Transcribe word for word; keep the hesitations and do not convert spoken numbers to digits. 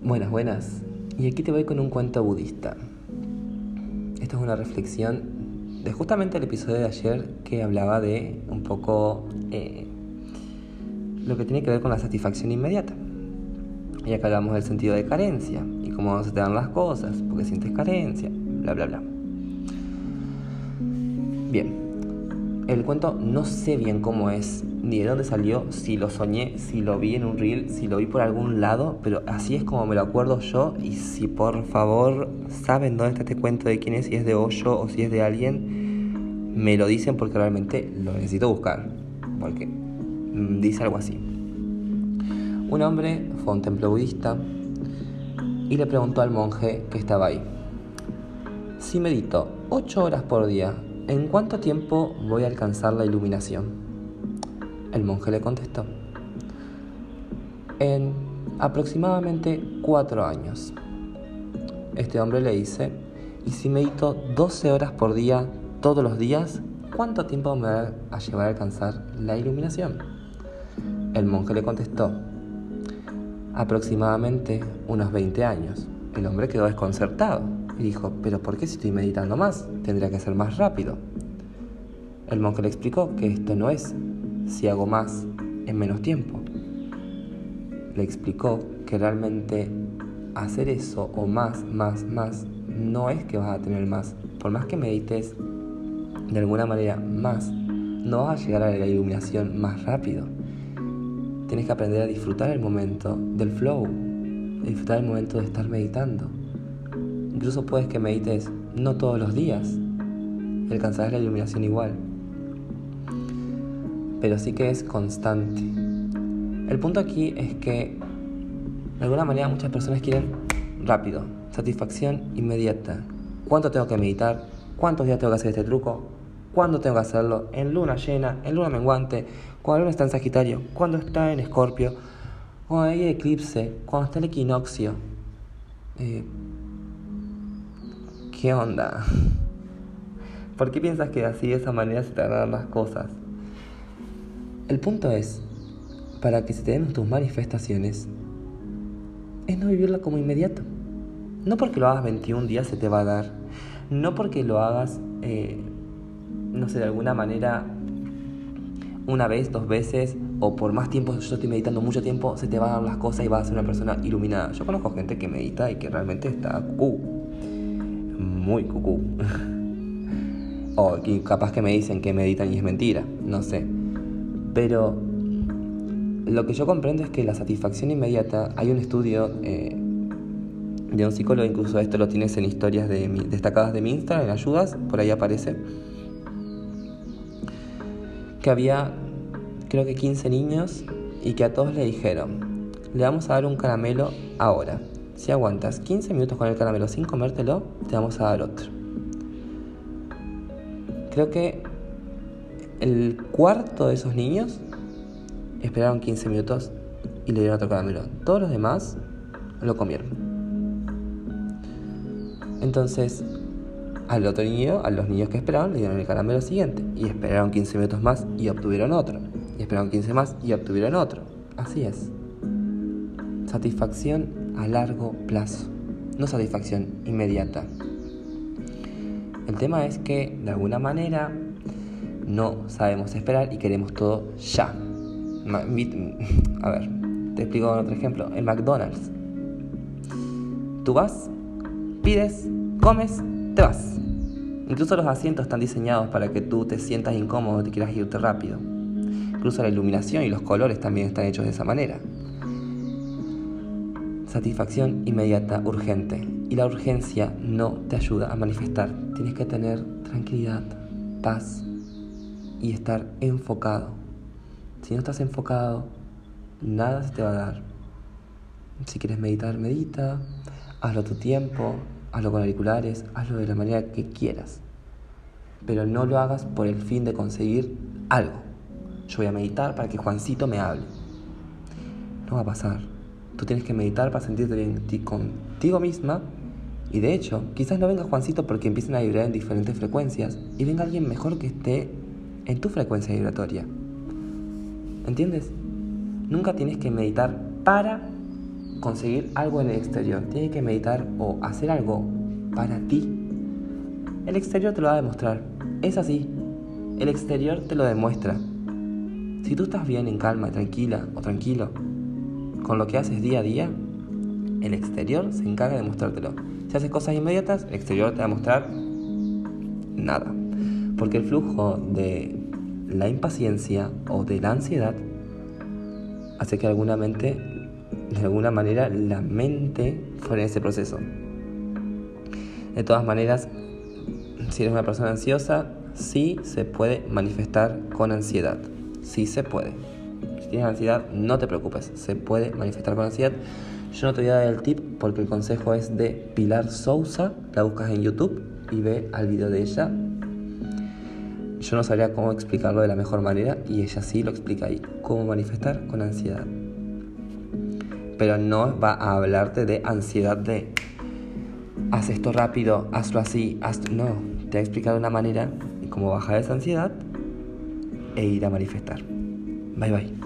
Buenas, buenas. Y aquí te voy con un cuento budista. Esto es una reflexión de justamente el episodio de ayer que hablaba de un poco eh, lo que tiene que ver con la satisfacción inmediata. Y acá hablamos del sentido de carencia y cómo se te dan las cosas, porque sientes carencia, bla, bla, bla. Bien, el cuento no sé bien cómo es, ni de dónde salió, si lo soñé, si lo vi en un reel, si lo vi por algún lado, pero así es como me lo acuerdo yo. Y si por favor saben dónde está este cuento, de quién es, si es de Osho o si es de alguien, me lo dicen porque realmente lo necesito buscar, porque dice algo así. Un hombre fue a un templo budista y le preguntó al monje que estaba ahí: si medito ocho horas por día, ¿en cuánto tiempo voy a alcanzar la iluminación? El monje le contestó: en aproximadamente cuatro años. Este hombre le dice: ¿y si medito doce horas por día todos los días, cuánto tiempo me va a llevar a alcanzar la iluminación? El monje le contestó: aproximadamente unos veinte años. El hombre quedó desconcertado y dijo: ¿pero por qué si estoy meditando más? Tendría que ser más rápido. El monje le explicó que esto no es si hago más en menos tiempo. Le explicó que realmente hacer eso o más, más, más, no es que vas a tener más. Por más que medites de alguna manera más, no vas a llegar a la iluminación más rápido. Tienes que aprender a disfrutar el momento del flow, a disfrutar el momento de estar meditando. Incluso puedes que medites no todos los días y alcanzarás la iluminación igual, pero sí que es constante. El punto aquí es que de alguna manera muchas personas quieren rápido, satisfacción inmediata. ¿Cuánto tengo que meditar? ¿Cuántos días tengo que hacer este truco? ¿Cuándo tengo que hacerlo? En luna llena, en luna menguante, cuando la luna está en Sagitario, cuando está en Escorpio, cuando hay eclipse, cuando está el equinoccio. Eh, ¿Qué onda? ¿Por qué piensas que así, de esa manera, se te van a dar las cosas? El punto es, para que se te den tus manifestaciones, es no vivirla como inmediato. No porque lo hagas veintiún días se te va a dar. No porque lo hagas, eh, no sé, de alguna manera, una vez, dos veces, o por más tiempo, yo estoy meditando mucho tiempo, se te van a dar las cosas y vas a ser una persona iluminada. Yo conozco gente que medita y que realmente está cucú. Muy cucú. O que capaz que me dicen que meditan y es mentira, no sé. Pero lo que yo comprendo es que la satisfacción inmediata, hay un estudio eh, de un psicólogo, incluso esto lo tienes en historias de mi, destacadas de mi Instagram, en ayudas, por ahí aparece, que había creo que quince niños y que a todos le dijeron: le vamos a dar un caramelo ahora, si aguantas quince minutos con el caramelo sin comértelo, te vamos a dar otro. Creo que el cuarto de esos niños esperaron quince minutos y le dieron otro caramelo. Todos los demás lo comieron. Entonces, al otro niño, a los niños que esperaron, le dieron el caramelo siguiente. Y esperaron quince minutos más y obtuvieron otro. Y esperaron quince más y obtuvieron otro. Así es. Satisfacción a largo plazo, no satisfacción inmediata. El tema es que, de alguna manera, no sabemos esperar y queremos todo ya. A ver, te explico con otro ejemplo. En McDonald's, tú vas, pides, comes, te vas. Incluso los asientos están diseñados para que tú te sientas incómodo y te quieras irte rápido. Incluso la iluminación y los colores también están hechos de esa manera. Satisfacción inmediata, urgente. Y la urgencia no te ayuda a manifestar. Tienes que tener tranquilidad, paz y estar enfocado. Si no estás enfocado, nada se te va a dar. Si quieres meditar, medita. Hazlo a tu tiempo, hazlo con auriculares, hazlo de la manera que quieras. Pero no lo hagas por el fin de conseguir algo. Yo voy a meditar para que Juancito me hable. No va a pasar. Tú tienes que meditar para sentirte bien contigo misma. Y de hecho, quizás no venga Juancito porque empiecen a vibrar en diferentes frecuencias y venga alguien mejor que esté en tu frecuencia vibratoria. ¿Entiendes? Nunca tienes que meditar para conseguir algo en el exterior, tiene que meditar o hacer algo para ti, el exterior te lo va a demostrar. Es así, el exterior te lo demuestra. Si tú estás bien, en calma, tranquila o tranquilo con lo que haces día a día, el exterior se encarga de mostrártelo. Si haces cosas inmediatas, el exterior te va a mostrar nada. Porque el flujo de la impaciencia o de la ansiedad hace que alguna mente, de alguna manera la mente frene ese proceso. De todas maneras, si eres una persona ansiosa, sí se puede manifestar con ansiedad. Sí se puede. Si tienes ansiedad, no te preocupes, se puede manifestar con ansiedad. Yo no te voy a dar el tip porque el consejo es de Pilar Sousa, la buscas en YouTube y ve al video de ella. Yo no sabría cómo explicarlo de la mejor manera y ella sí lo explica ahí, cómo manifestar con ansiedad. Pero no va a hablarte de ansiedad de haz esto rápido, hazlo así, hazlo... No, te va a explicar de una manera cómo bajar esa ansiedad e ir a manifestar. Bye bye.